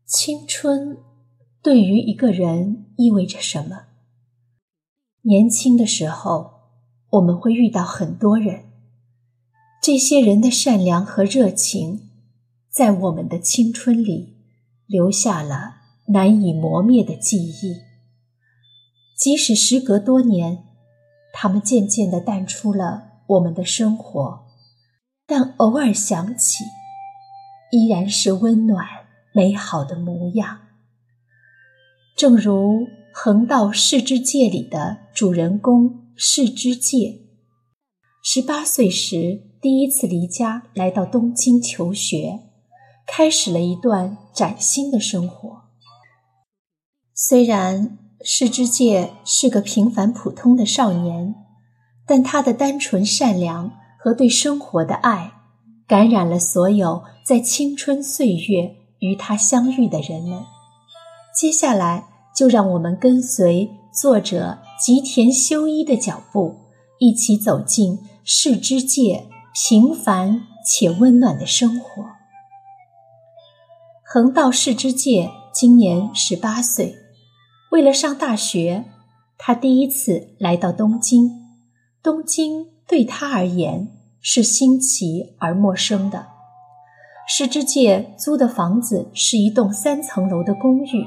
青春对于一个人意味着什么？年轻的时候，我们会遇到很多人，这些人的善良和热情，在我们的青春里留下了难以磨灭的记忆。即使时隔多年，他们渐渐地淡出了我们的生活，但偶尔想起，依然是温暖美好的模样。正如横道世之介里的主人公世之介，18岁时第一次离家来到东京求学，开始了一段崭新的生活。虽然世之介是个平凡普通的少年，但他的单纯善良和对生活的爱，感染了所有在青春岁月与他相遇的人们。接下来就让我们跟随作者吉田修一的脚步，一起走进世之介平凡且温暖的生活。横道世之介今年18岁，为了上大学，他第一次来到东京。东京对他而言是新奇而陌生的。世之介租的房子是一栋3层楼的公寓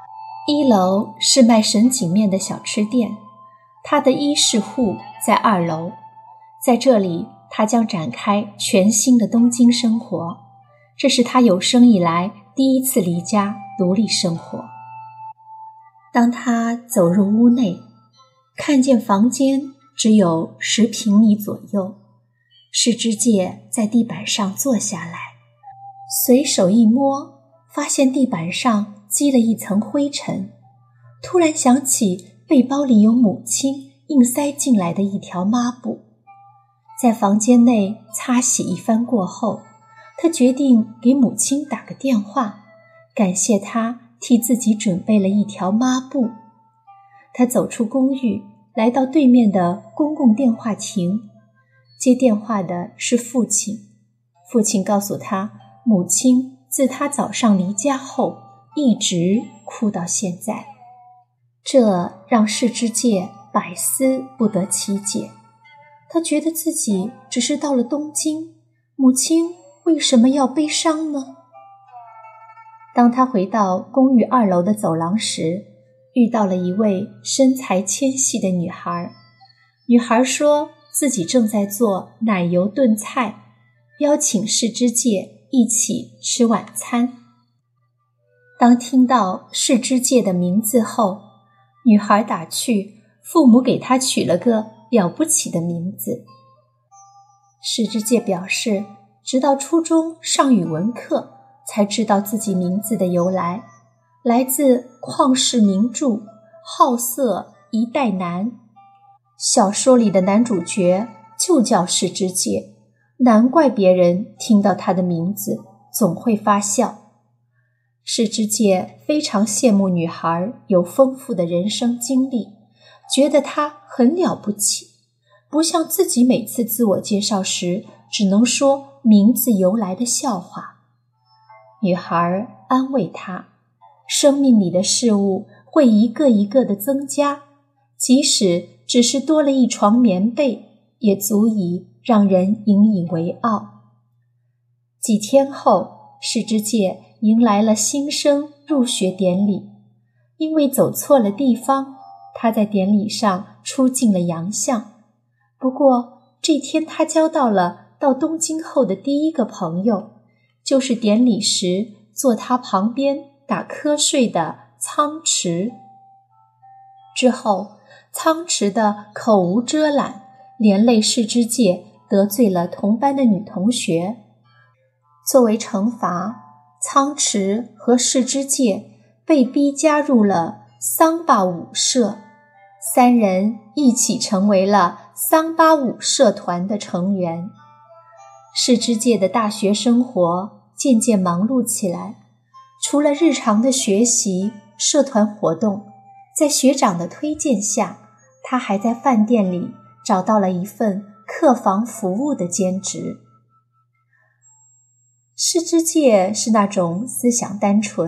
，1楼是卖神井面的小吃店，他的衣饰户在2楼。在这里，他将展开全新的东京生活，这是他有生以来第一次离家独立生活。当他走入屋内，看见房间只有10平米左右，世之介在地板上坐下来，随手一摸，发现地板上积了一层灰尘，突然想起背包里有母亲硬塞进来的一条抹布。在房间内擦洗一番过后，他决定给母亲打个电话，感谢她替自己准备了一条抹布。他走出公寓，来到对面的公共电话亭，接电话的是父亲。父亲告诉他，母亲自他早上离家后一直哭到现在。这让世之介百思不得其解。他觉得自己只是到了东京，母亲为什么要悲伤呢？当他回到公寓2楼的走廊时，遇到了一位身材纤细的女孩。女孩说自己正在做奶油炖菜，邀请世之介一起吃晚餐。当听到世之介的名字后，女孩打趣父母给他取了个了不起的名字。世之介表示，直到初中上语文课才知道自己名字的由来，来自旷世名著《好色一代男》。小说里的男主角就叫世之介，难怪别人听到他的名字总会发笑。世之介非常羡慕女孩有丰富的人生经历，觉得她很了不起，不像自己每次自我介绍时只能说名字由来的笑话。女孩安慰他，生命里的事物会一个一个的增加，即使只是多了一床棉被，也足以让人引以为傲。几天后，世之介迎来了新生入学典礼。因为走错了地方，他在典礼上出尽了洋相。不过这天他交到了到东京后的第一个朋友，就是典礼时坐他旁边打瞌睡的仓池。之后，仓池的口无遮拦，连累世之介得罪了同班的女同学。作为惩罚，仓池和世之介被逼加入了桑巴舞社，3人一起成为了桑巴舞社团的成员。世之介的大学生活渐渐忙碌起来，除了日常的学习、社团活动，在学长的推荐下，他还在饭店里找到了一份客房服务的兼职。世之介是那种思想单纯、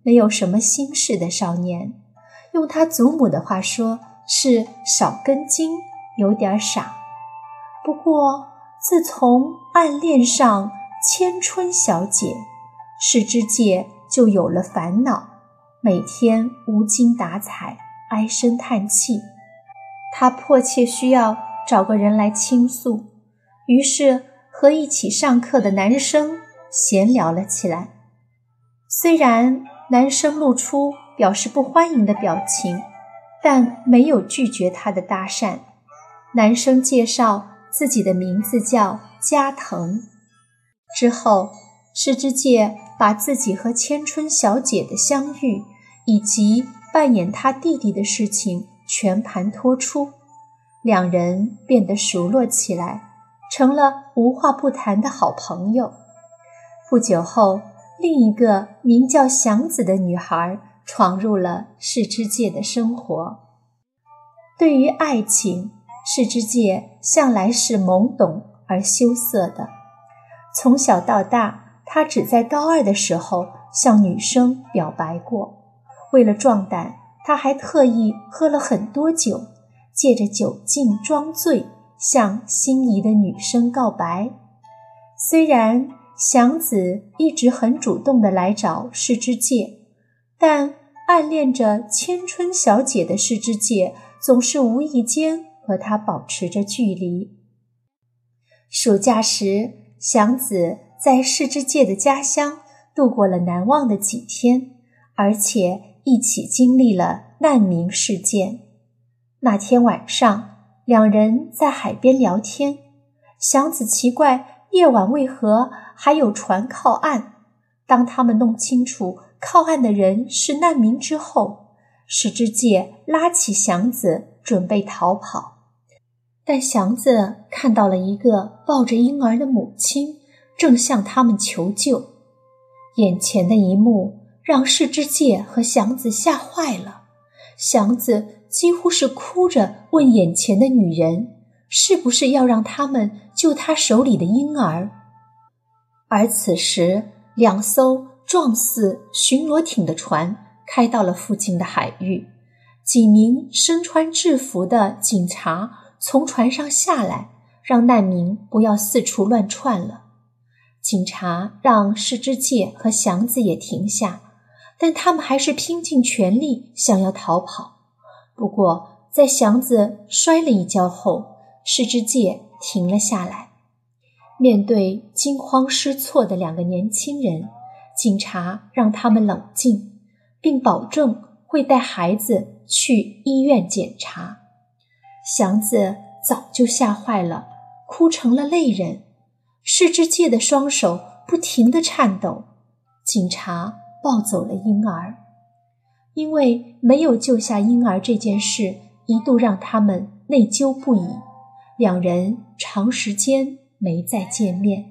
没有什么心事的少年，用他祖母的话说，是少根筋，有点傻。不过自从暗恋上千春小姐，世之介就有了烦恼，每天无精打采，唉声叹气。他迫切需要找个人来倾诉，于是和一起上课的男生闲聊了起来。虽然男生露出表示不欢迎的表情，但没有拒绝他的搭讪。男生介绍自己的名字叫加藤。之后，世之介把自己和千春小姐的相遇，以及扮演他弟弟的事情全盘托出，两人变得熟络起来，成了无话不谈的好朋友。不久后，另一个名叫祥子的女孩闯入了世之介的生活。对于爱情，世之介向来是懵懂而羞涩的。从小到大，他只在高2的时候向女生表白过。为了壮胆，他还特意喝了很多酒，借着酒劲装醉，向心仪的女生告白。虽然祥子一直很主动地来找世之介，但暗恋着千春小姐的世之介总是无意间和他保持着距离。暑假时，祥子在世之介的家乡度过了难忘的几天，而且一起经历了难民事件。那天晚上，两人在海边聊天，祥子奇怪夜晚为何还有船靠岸。当他们弄清楚靠岸的人是难民之后，世之介拉起祥子准备逃跑。但祥子看到了一个抱着婴儿的母亲正向他们求救。眼前的一幕让世之介和祥子吓坏了，祥子几乎是哭着问眼前的女人，是不是要让他们救他手里的婴儿。而此时，两艘状似巡逻艇的船开到了附近的海域，几名身穿制服的警察从船上下来，让难民不要四处乱窜了。警察让世之介和祥子也停下，但他们还是拼尽全力想要逃跑。不过在祥子摔了一跤后，世之介停了下来。面对惊慌失措的两个年轻人，警察让他们冷静，并保证会带孩子去医院检查。祥子早就吓坏了，哭成了泪人。世之介的双手不停地颤抖。警察抱走了婴儿。因为没有救下婴儿这件事一度让他们内疚不已，两人长时间没再见面。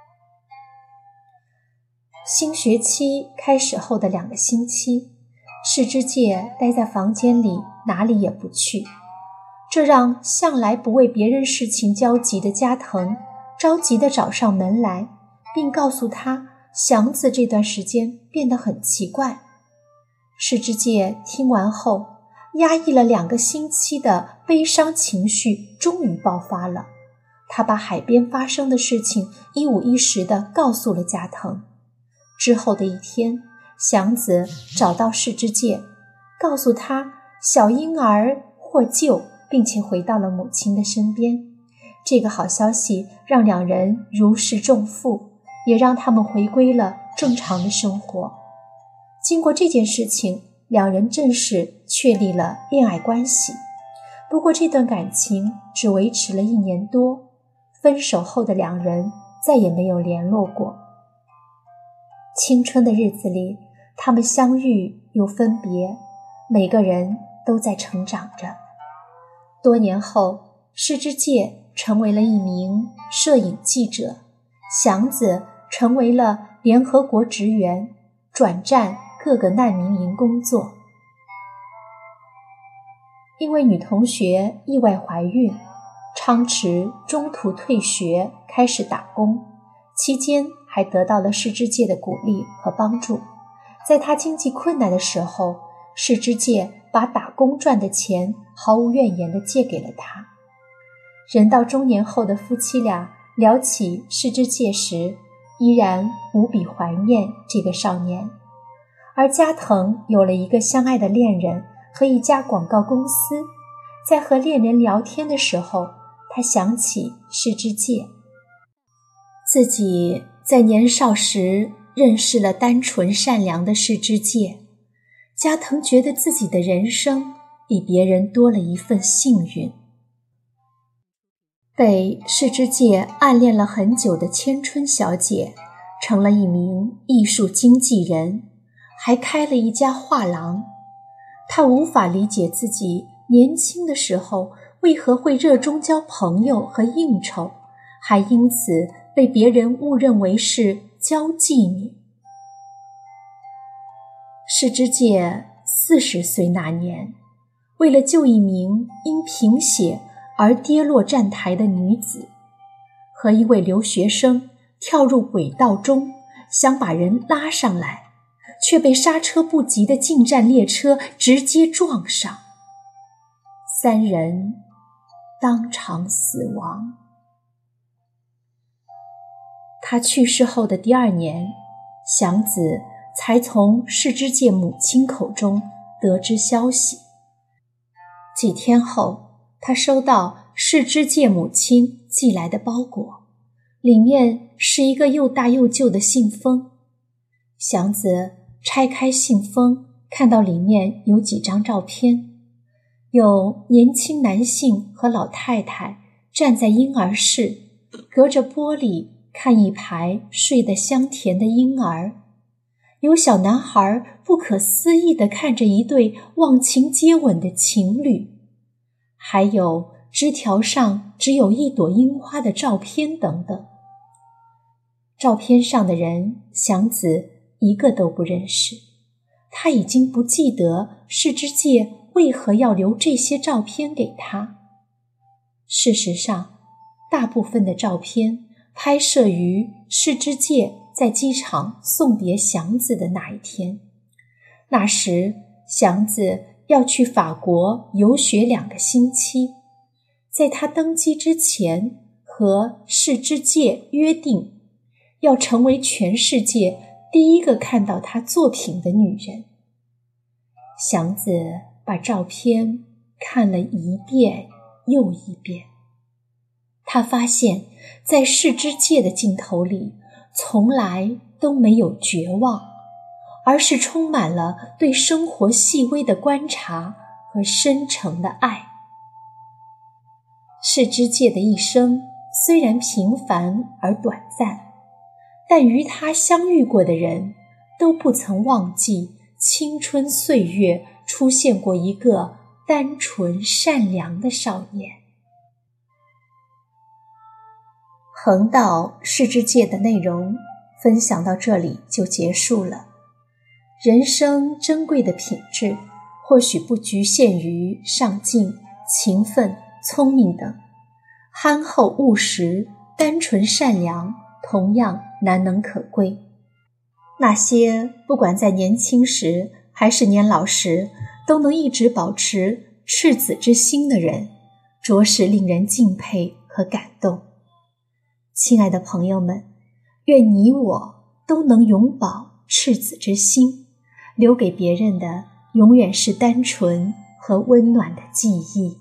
新学期开始后的2个星期，世之介待在房间里，哪里也不去。这让向来不为别人事情焦急的加藤着急地找上门来，并告诉他祥子这段时间变得很奇怪。世之介听完后，压抑了2个星期的悲伤情绪终于爆发了。他把海边发生的事情一五一十地告诉了加藤。之后的一天，祥子找到世之介，告诉他小婴儿获救，并且回到了母亲的身边。这个好消息让两人如释重负，也让他们回归了正常的生活。经过这件事情，两人正式确立了恋爱关系。不过这段感情只维持了1年多，分手后的两人再也没有联络过。青春的日子里，他们相遇又分别，每个人都在成长着。多年后，世之介成为了一名摄影记者，祥子成为了联合国职员，转战各个难民营工作。因为女同学意外怀孕，昌池中途退学开始打工，期间还得到了世之介的鼓励和帮助。 在他经济困难的时候，世之介把打工赚的钱毫无怨言地借给了他。人到中年后的夫妻俩聊起世之介时，依然无比怀念这个少年。而加藤有了一个相爱的恋人和一家广告公司，在和恋人聊天的时候，他想起世之介。自己在年少时认识了单纯善良的世之介，加藤觉得自己的人生比别人多了一份幸运。被世之介暗恋了很久的千春小姐，成了一名艺术经纪人，还开了一家画廊。她无法理解自己年轻的时候为何会热衷交朋友和应酬，还因此被别人误认为是交际女。世之介40岁那年，为了救一名因贫血而跌落站台的女子，和一位留学生跳入轨道中，想把人拉上来，却被刹车不及的进站列车直接撞上，3人当场死亡。他去世后的第2年，祥子才从世之介母亲口中得知消息。几天后，他收到世之介母亲寄来的包裹，里面是一个又大又旧的信封。祥子拆开信封，看到里面有几张照片，有年轻男性和老太太站在婴儿室，隔着玻璃看一排睡得香甜的婴儿，有小男孩不可思议地看着一对忘情接吻的情侣，还有枝条上只有一朵樱花的照片等等。照片上的人，祥子一个都不认识，他已经不记得世之介为何要留这些照片给他。事实上，大部分的照片拍摄于世之介在机场送别祥子的那一天。那时，祥子要去法国游学2个星期，在他登机之前，和世之介约定要成为全世界第一个看到他作品的女人。祥子把照片看了一遍又一遍，他发现在世之介的镜头里从来都没有绝望，而是充满了对生活细微的观察和深沉的爱。世之介的一生虽然平凡而短暂，但与他相遇过的人都不曾忘记青春岁月出现过一个单纯善良的少年。横道世之介的内容分享到这里就结束了。人生珍贵的品质或许不局限于上进、勤奋、聪明等，憨厚务实、单纯善良同样难能可贵。那些不管在年轻时还是年老时都能一直保持赤子之心的人，着实令人敬佩和感动。亲爱的朋友们，愿你我都能永葆赤子之心，留给别人的永远是单纯和温暖的记忆。